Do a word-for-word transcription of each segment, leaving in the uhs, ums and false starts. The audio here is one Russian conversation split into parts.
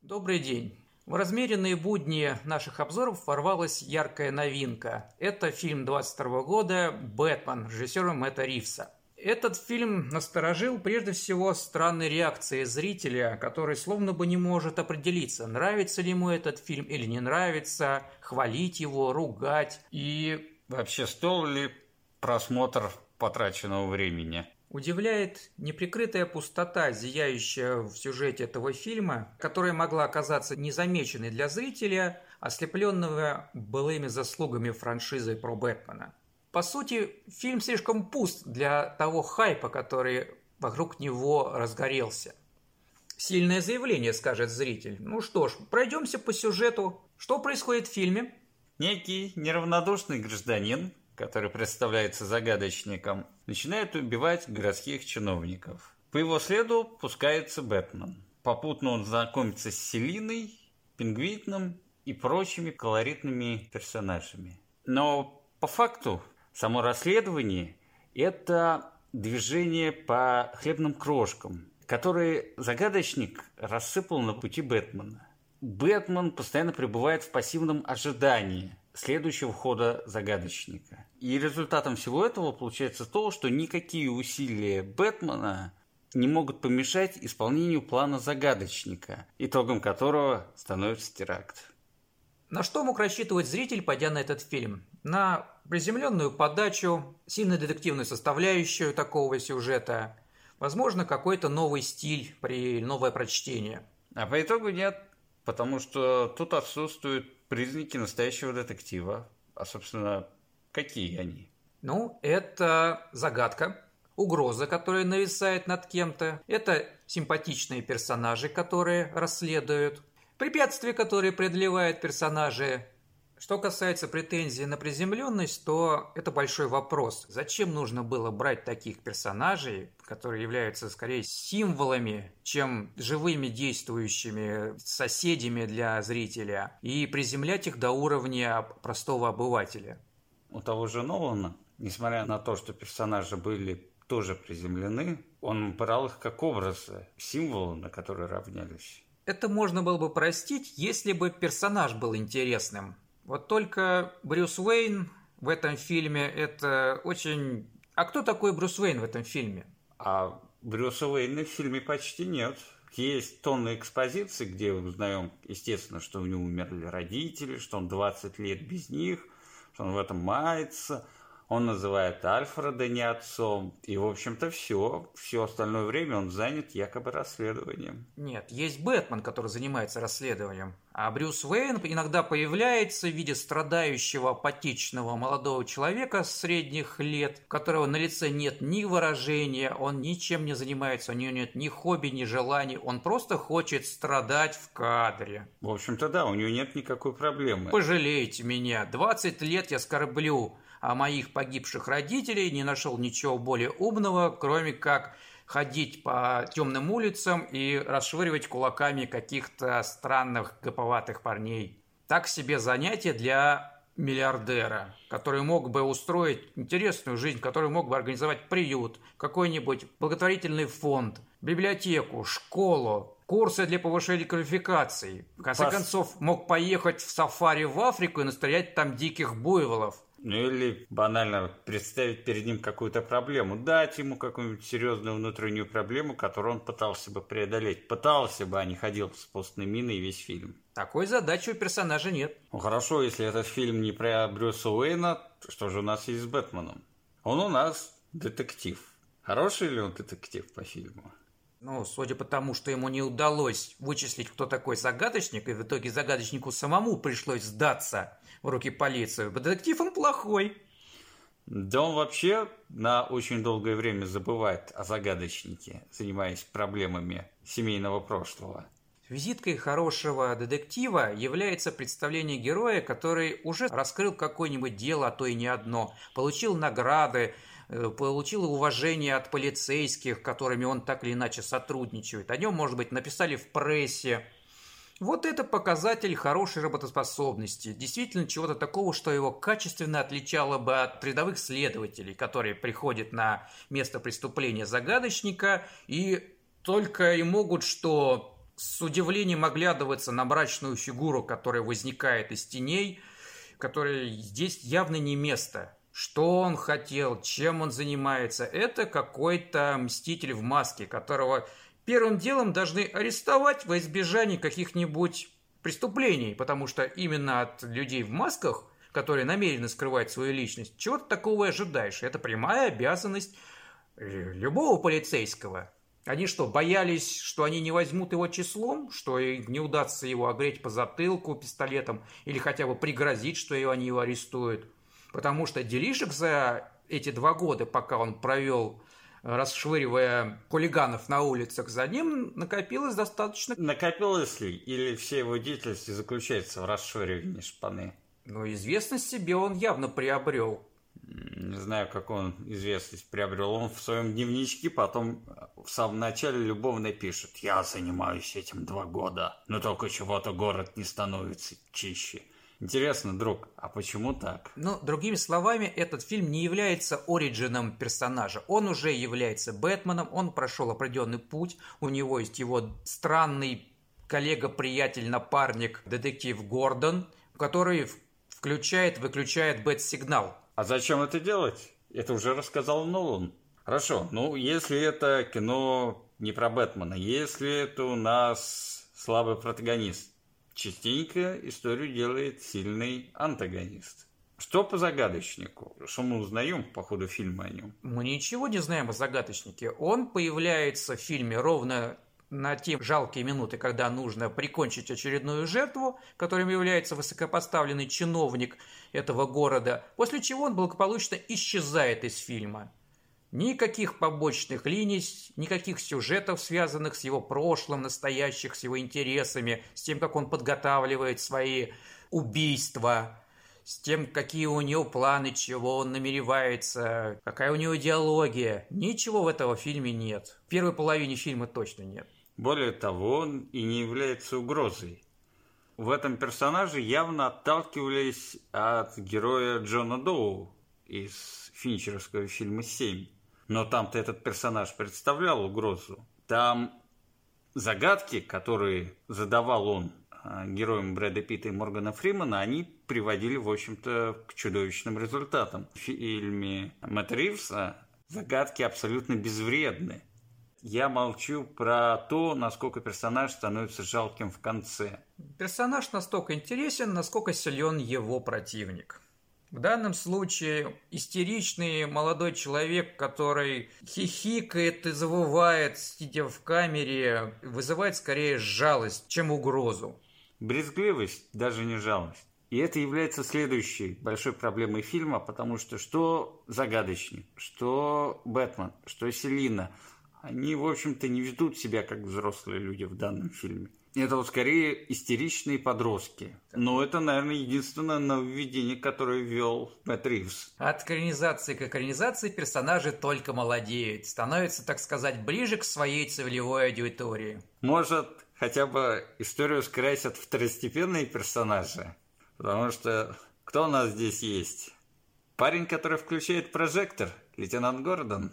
Добрый день. В размеренные будни наших обзоров ворвалась яркая новинка. Это фильм двадцать второго года «Бэтмен» режиссера Мэтта Ривза. Этот фильм насторожил прежде всего странной реакцией зрителя, который словно бы не может определиться, нравится ли ему этот фильм или не нравится, хвалить его, ругать и... Вообще, стоил ли просмотр потраченного времени? Удивляет неприкрытая пустота, зияющая в сюжете этого фильма, которая могла оказаться незамеченной для зрителя, ослепленного былыми заслугами франшизы про Бэтмена. По сути, фильм слишком пуст для того хайпа, который вокруг него разгорелся. Сильное заявление, скажет зритель. Ну что ж, пройдемся по сюжету. Что происходит в фильме? Некий неравнодушный гражданин, который представляется загадочником, начинает убивать городских чиновников. По его следу пускается Бэтмен. Попутно он знакомится с Селиной, Пингвином и прочими колоритными персонажами. Но по факту само расследование – это движение по хлебным крошкам, которые загадочник рассыпал на пути Бэтмена. Бэтмен постоянно пребывает в пассивном ожидании следующего хода загадочника. И результатом всего этого получается то, что никакие усилия Бэтмена не могут помешать исполнению плана загадочника, итогом которого становится теракт. На что мог рассчитывать зритель, пойдя на этот фильм? На приземленную подачу, сильно детективную составляющую такого сюжета, возможно, какой-то новый стиль при новое прочтение. А по итогу нет, потому что тут отсутствуют признаки настоящего детектива. А, собственно, какие они? Ну, это загадка, угроза, которая нависает над кем-то. Это симпатичные персонажи, которые расследуют. Препятствия, которые преодолевают персонажи. Что касается претензий на приземленность, то это большой вопрос. Зачем нужно было брать таких персонажей, которые являются скорее символами, чем живыми действующими соседями для зрителя, и приземлять их до уровня простого обывателя? У того же Нолана, несмотря на то, что персонажи были тоже приземлены, он брал их как образы, символы, на которые равнялись. Это можно было бы простить, если бы персонаж был интересным. Вот только Брюс Уэйн в этом фильме – это очень... А кто такой Брюс Уэйн в этом фильме? А Брюса Уэйна в фильме почти нет. Есть тонны экспозиций, где мы узнаем, естественно, что у него умерли родители, что он двадцать лет без них, что он в этом мается. Он называет Альфреда не отцом. И, в общем-то, все. Все остальное время он занят якобы расследованием. Нет, есть Бэтмен, который занимается расследованием. А Брюс Уэйн иногда появляется в виде страдающего, апатичного молодого человека средних лет, у которого на лице нет ни выражения, он ничем не занимается, у него нет ни хобби, ни желаний, он просто хочет страдать в кадре. В общем-то, да, у него нет никакой проблемы. Пожалейте меня, двадцать лет я скорблю о моих погибших родителей, не нашел ничего более умного, кроме как ходить по темным улицам и расшвыривать кулаками каких-то странных гоповатых парней. Так себе занятие для миллиардера, который мог бы устроить интересную жизнь, который мог бы организовать приют, какой-нибудь благотворительный фонд, библиотеку, школу, курсы для повышения квалификации. В конце Пос... концов, мог поехать в сафари в Африку и настрелять там диких буйволов. Ну или банально представить перед ним какую-то проблему, дать ему какую-нибудь серьезную внутреннюю проблему, которую он пытался бы преодолеть. Пытался бы, а не ходил с постной миной весь фильм. Такой задачи у персонажа нет. Ну хорошо, если этот фильм не про Брюса Уэйна, что же у нас есть с Бэтменом? Он у нас детектив. Хороший ли он детектив по фильму? Ну, судя по тому, что ему не удалось вычислить, кто такой загадочник, и в итоге загадочнику самому пришлось сдаться в руки полиции, детектив он плохой. Да он вообще на очень долгое время забывает о загадочнике, занимаясь проблемами семейного прошлого. Визиткой хорошего детектива является представление героя, который уже раскрыл какое-нибудь дело, а то и не одно, получил награды, получил уважение от полицейских, которыми он так или иначе сотрудничает. О нем, может быть, написали в прессе. Вот это показатель хорошей работоспособности. Действительно, чего-то такого, что его качественно отличало бы от рядовых следователей, которые приходят на место преступления загадочника и только и могут что с удивлением оглядываться на мрачную фигуру, которая возникает из теней, которой здесь явно не место. Что он хотел, чем он занимается? Это какой-то мститель в маске, которого первым делом должны арестовать во избежание каких-нибудь преступлений, потому что именно от людей в масках, которые намеренно скрывают свою личность, чего-то такого и ожидаешь. Это прямая обязанность любого полицейского. Они что, боялись, что они не возьмут его числом, что им не удастся его огреть по затылку пистолетом или хотя бы пригрозить, что они его арестуют? Потому что делишек за эти два года, пока он провел, расшвыривая хулиганов на улицах, за ним накопилось достаточно... Накопилось ли? Или вся его деятельность заключается в расшвыривании шпаны? Но известность себе он явно приобрел. Не знаю, как он известность приобрел. Он в своем дневничке потом в самом начале любовно пишет: «Я занимаюсь этим два года, но только чего-то город не становится чище». Интересно, друг, а почему так? Ну, другими словами, этот фильм не является ориджином персонажа. Он уже является Бэтменом, он прошел определенный путь, у него есть его странный коллега, приятель, напарник, детектив Гордон, который включает, выключает бэт-сигнал. А зачем это делать? Это уже рассказал Нолан. Хорошо, ну, если это кино не про Бэтмена, если это у нас слабый протагонист, частенько историю делает сильный антагонист. Что по загадочнику? Что мы узнаем по ходу фильма о нем? Мы ничего не знаем о загадочнике. Он появляется в фильме ровно на те жалкие минуты, когда нужно прикончить очередную жертву, которым является высокопоставленный чиновник этого города, после чего он благополучно исчезает из фильма. Никаких побочных линий, никаких сюжетов, связанных с его прошлым, настоящих, с его интересами, с тем, как он подготавливает свои убийства, с тем, какие у него планы, чего он намеревается, какая у него идеология. Ничего в этом фильме нет. В первой половине фильма точно нет. Более того, он и не является угрозой. В этом персонаже явно отталкивались от героя Джона Доу из финчеровского фильма «Семь». Но там-то этот персонаж представлял угрозу. Там загадки, которые задавал он героям Брэда Питта и Моргана Фримена, они приводили, в общем-то, к чудовищным результатам. В фильме Мэтта Ривза загадки абсолютно безвредны. Я молчу про то, насколько персонаж становится жалким в конце. Персонаж настолько интересен, насколько силен его противник. В данном случае истеричный молодой человек, который хихикает и завывает, сидя в камере, вызывает скорее жалость, чем угрозу. Брезгливость, даже не жалость. И это является следующей большой проблемой фильма, потому что что загадочник, что Бэтмен, что Селина, они, в общем-то, не ведут себя как взрослые люди в данном фильме. Это вот скорее истеричные подростки. Но это, наверное, единственное нововведение, которое ввел Мэтт Ривз. От экранизации к экранизации персонажи только молодеют, становятся, так сказать, ближе к своей целевой аудитории. Может, хотя бы историю скрасят второстепенные персонажи? Потому что кто у нас здесь есть? Парень, который включает прожектор, лейтенант Гордон.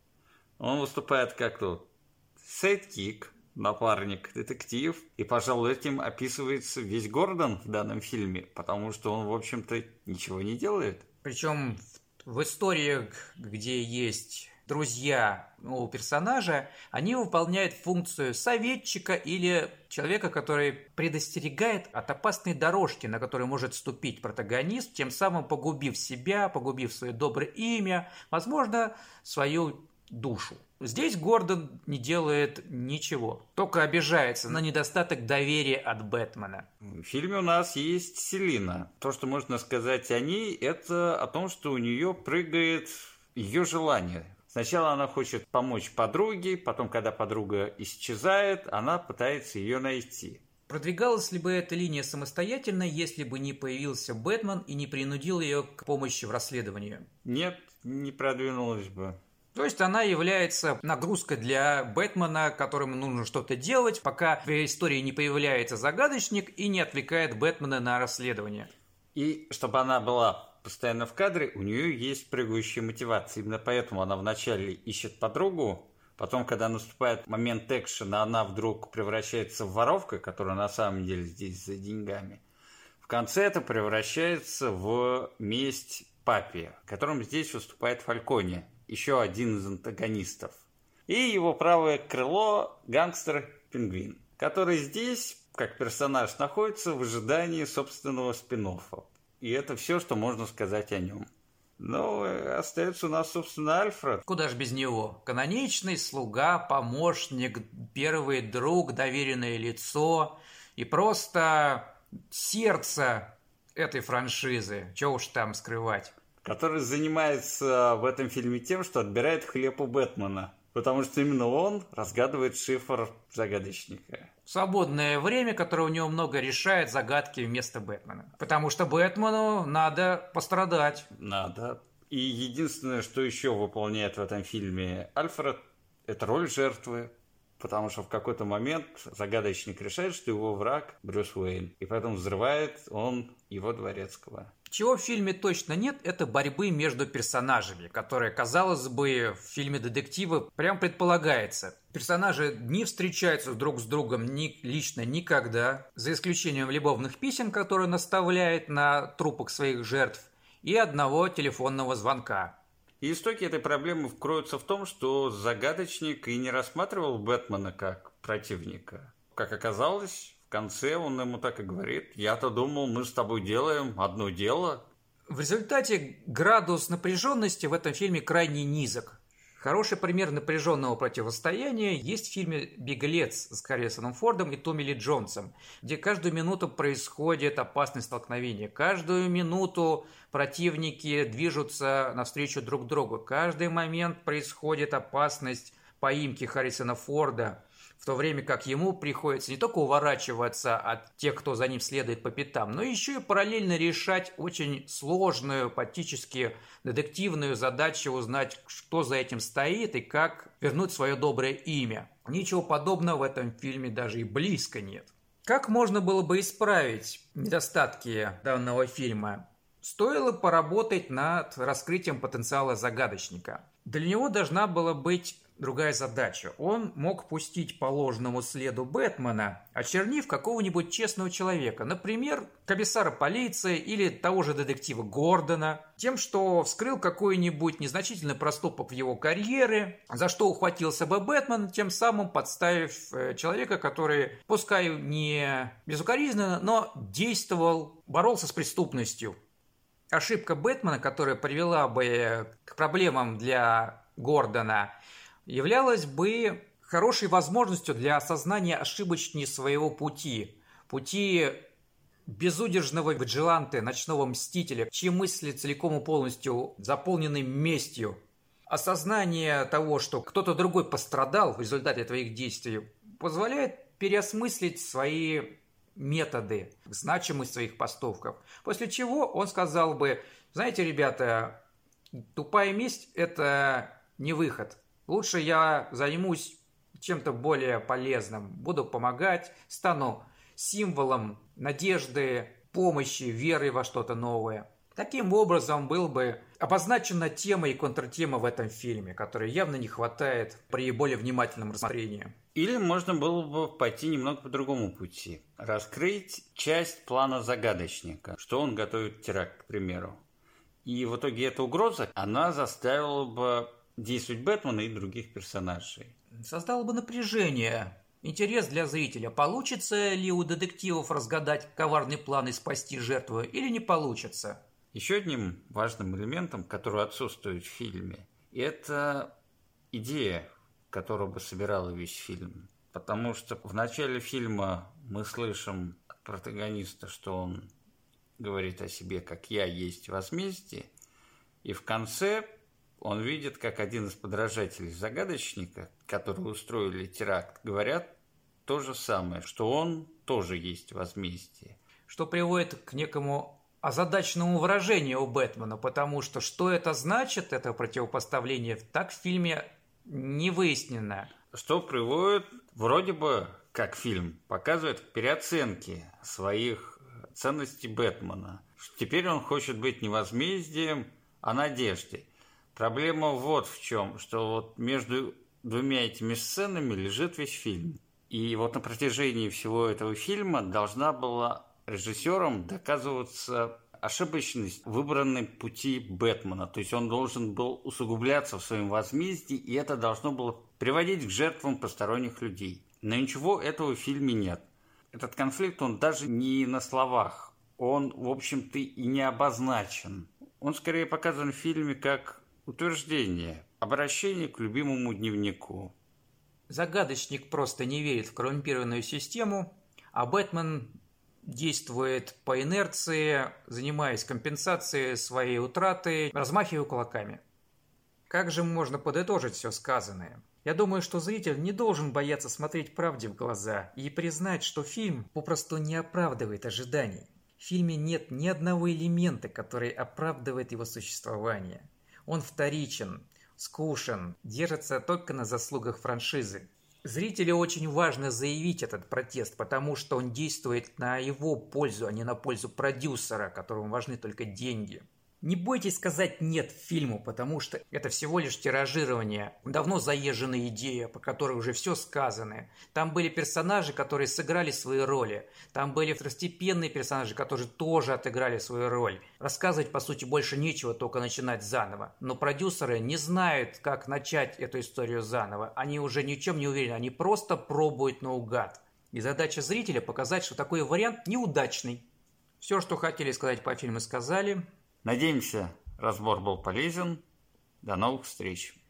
Он выступает как тут сайдкик, напарник, детектив. И, пожалуй, этим описывается весь Гордон в данном фильме, потому что он, в общем-то, ничего не делает. Причем в историях, где есть друзья у персонажа, они выполняют функцию советчика или человека, который предостерегает от опасной дорожки, на которую может ступить протагонист, тем самым погубив себя, погубив свое доброе имя, возможно, свою душу. Здесь Гордон не делает ничего, только обижается на недостаток доверия от Бэтмена. В фильме у нас есть Селина. То, что можно сказать о ней, это о том, что у нее прыгает ее желание. Сначала она хочет помочь подруге, потом, когда подруга исчезает, она пытается ее найти. Продвигалась ли бы эта линия самостоятельно, если бы не появился Бэтмен и не принудил ее к помощи в расследовании? Нет, не продвинулась бы. То есть она является нагрузкой для Бэтмена, которому нужно что-то делать, пока в истории не появляется загадочник и не отвлекает Бэтмена на расследование. И чтобы она была постоянно в кадре, у нее есть прыгающая мотивация. Именно поэтому она вначале ищет подругу, Потом, когда наступает момент экшена, она вдруг превращается в воровку, которая на самом деле здесь за деньгами. В конце это превращается в месть папе, которым здесь выступает Фальконе, еще один из антагонистов. И его правое крыло – гангстер-пингвин, который здесь, как персонаж, находится в ожидании собственного спин-оффа. И это все, что можно сказать о нем. Ну, остается у нас, собственно, Альфред. Куда ж без него? Каноничный слуга, помощник, первый друг, доверенное лицо и просто сердце этой франшизы. Чего уж там скрывать. Который занимается в этом фильме тем, что отбирает хлеб у Бэтмена. Потому что именно он разгадывает шифр загадочника. В свободное время, которое у него много, решает загадки вместо Бэтмена. Потому что Бэтмену надо пострадать. Надо. И единственное, что еще выполняет в этом фильме Альфред, это роль жертвы. Потому что в какой-то момент загадочник решает, что его враг Брюс Уэйн. И поэтому взрывает он его дворецкого. Чего в фильме точно нет, это борьбы между персонажами, которые, казалось бы, в фильме детектива прям предполагается. Персонажи не встречаются друг с другом ни, лично никогда, за исключением любовных писем, которые наставляет на трупах своих жертв, и одного телефонного звонка. И истоки этой проблемы кроются в том, что загадочник и не рассматривал Бэтмена как противника. Как оказалось, в конце он ему так и говорит: «Я-то думал, мы с тобой делаем одно дело». В результате градус напряженности в этом фильме крайне низок. Хороший пример напряженного противостояния есть в фильме «Беглец» с Харрисоном Фордом и Томми Ли Джонсом, где каждую минуту происходит опасное столкновение. Каждую минуту противники движутся навстречу друг другу. Каждый момент происходит опасность поимки Харрисона Форда, в то время как ему приходится не только уворачиваться от тех, кто за ним следует по пятам, но еще и параллельно решать очень сложную, практически детективную задачу узнать, что за этим стоит и как вернуть свое доброе имя. Ничего подобного в этом фильме даже и близко нет. Как можно было бы исправить недостатки данного фильма? Стоило поработать над раскрытием потенциала загадочника. Для него должна была быть другая задача. Он мог пустить по ложному следу Бэтмена, очернив какого-нибудь честного человека, например, комиссара полиции или того же детектива Гордона, тем, что вскрыл какой-нибудь незначительный проступок в его карьере, за что ухватился бы Бэтмен, тем самым подставив человека, который, пускай не безукоризненно, но действовал, боролся с преступностью. Ошибка Бэтмена, которая привела бы к проблемам для Гордона, являлась бы хорошей возможностью для осознания ошибочности своего пути, пути безудержного виджиланте, ночного мстителя, чьи мысли целиком и полностью заполнены местью. Осознание того, что кто-то другой пострадал в результате твоих действий, позволяет переосмыслить свои методы, значимость своих поступков. После чего он сказал бы: знаете, ребята, тупая месть – это не выход. Лучше я займусь чем-то более полезным, буду помогать, стану символом надежды, помощи, веры во что-то новое. Таким образом был бы обозначена тема и контртема в этом фильме, которой явно не хватает при более внимательном рассмотрении. Или можно было бы пойти немного по другому пути. Раскрыть часть плана загадочника, что он готовит теракт, к примеру. И в итоге эта угроза, она заставила бы действовать Бэтмена и других персонажей. Создало бы напряжение, интерес для зрителя. Получится ли у детективов разгадать коварный план и спасти жертву, или не получится? Еще одним важным элементом, который отсутствует в фильме, это идея, которая бы собирала весь фильм. Потому что в начале фильма мы слышим от протагониста, что он говорит о себе, как «я есть возмездие», и в конце он видит, как один из подражателей загадочника, которые устроили теракт, говорят то же самое, что он тоже есть возмездие. Что приводит к некому озадаченному выражению у Бэтмена, потому что что это значит, это противопоставление, так в фильме не выяснено. Что приводит, вроде бы, как фильм, показывает к переоценке своих ценностей Бэтмена. Теперь он хочет быть не возмездием, а надеждой. Проблема вот в чем, что вот между двумя этими сценами лежит весь фильм. И вот на протяжении всего этого фильма должна была режиссером доказываться ошибочность выбранной пути Бэтмена. То есть он должен был усугубляться в своем возмездии, и это должно было приводить к жертвам посторонних людей. Но ничего этого в фильме нет. Этот конфликт, он даже не на словах. Он, в общем-то, и не обозначен. Он скорее показан в фильме как утверждение, обращение к любимому дневнику. Загадочник просто не верит в коррумпированную систему, а Бэтмен действует по инерции, занимаясь компенсацией своей утраты, размахивая кулаками. Как же можно подытожить все сказанное? Я думаю, что зритель не должен бояться смотреть правде в глаза и признать, что фильм попросту не оправдывает ожиданий. В фильме нет ни одного элемента, который оправдывает его существование. Он вторичен, скучен, держится только на заслугах франшизы. Зрителю очень важно заявить этот протест, потому что он действует на его пользу, а не на пользу продюсера, которому важны только деньги. Не бойтесь сказать «нет» фильму, потому что это всего лишь тиражирование. Давно заезженная идея, по которой уже все сказано. Там были персонажи, которые сыграли свои роли. Там были второстепенные персонажи, которые тоже отыграли свою роль. Рассказывать, по сути, больше нечего, только начинать заново. Но продюсеры не знают, как начать эту историю заново. Они уже ни в чем не уверены, они просто пробуют наугад. И задача зрителя показать, что такой вариант неудачный. Все, что хотели сказать по фильму, сказали. Надеемся, разбор был полезен. До новых встреч.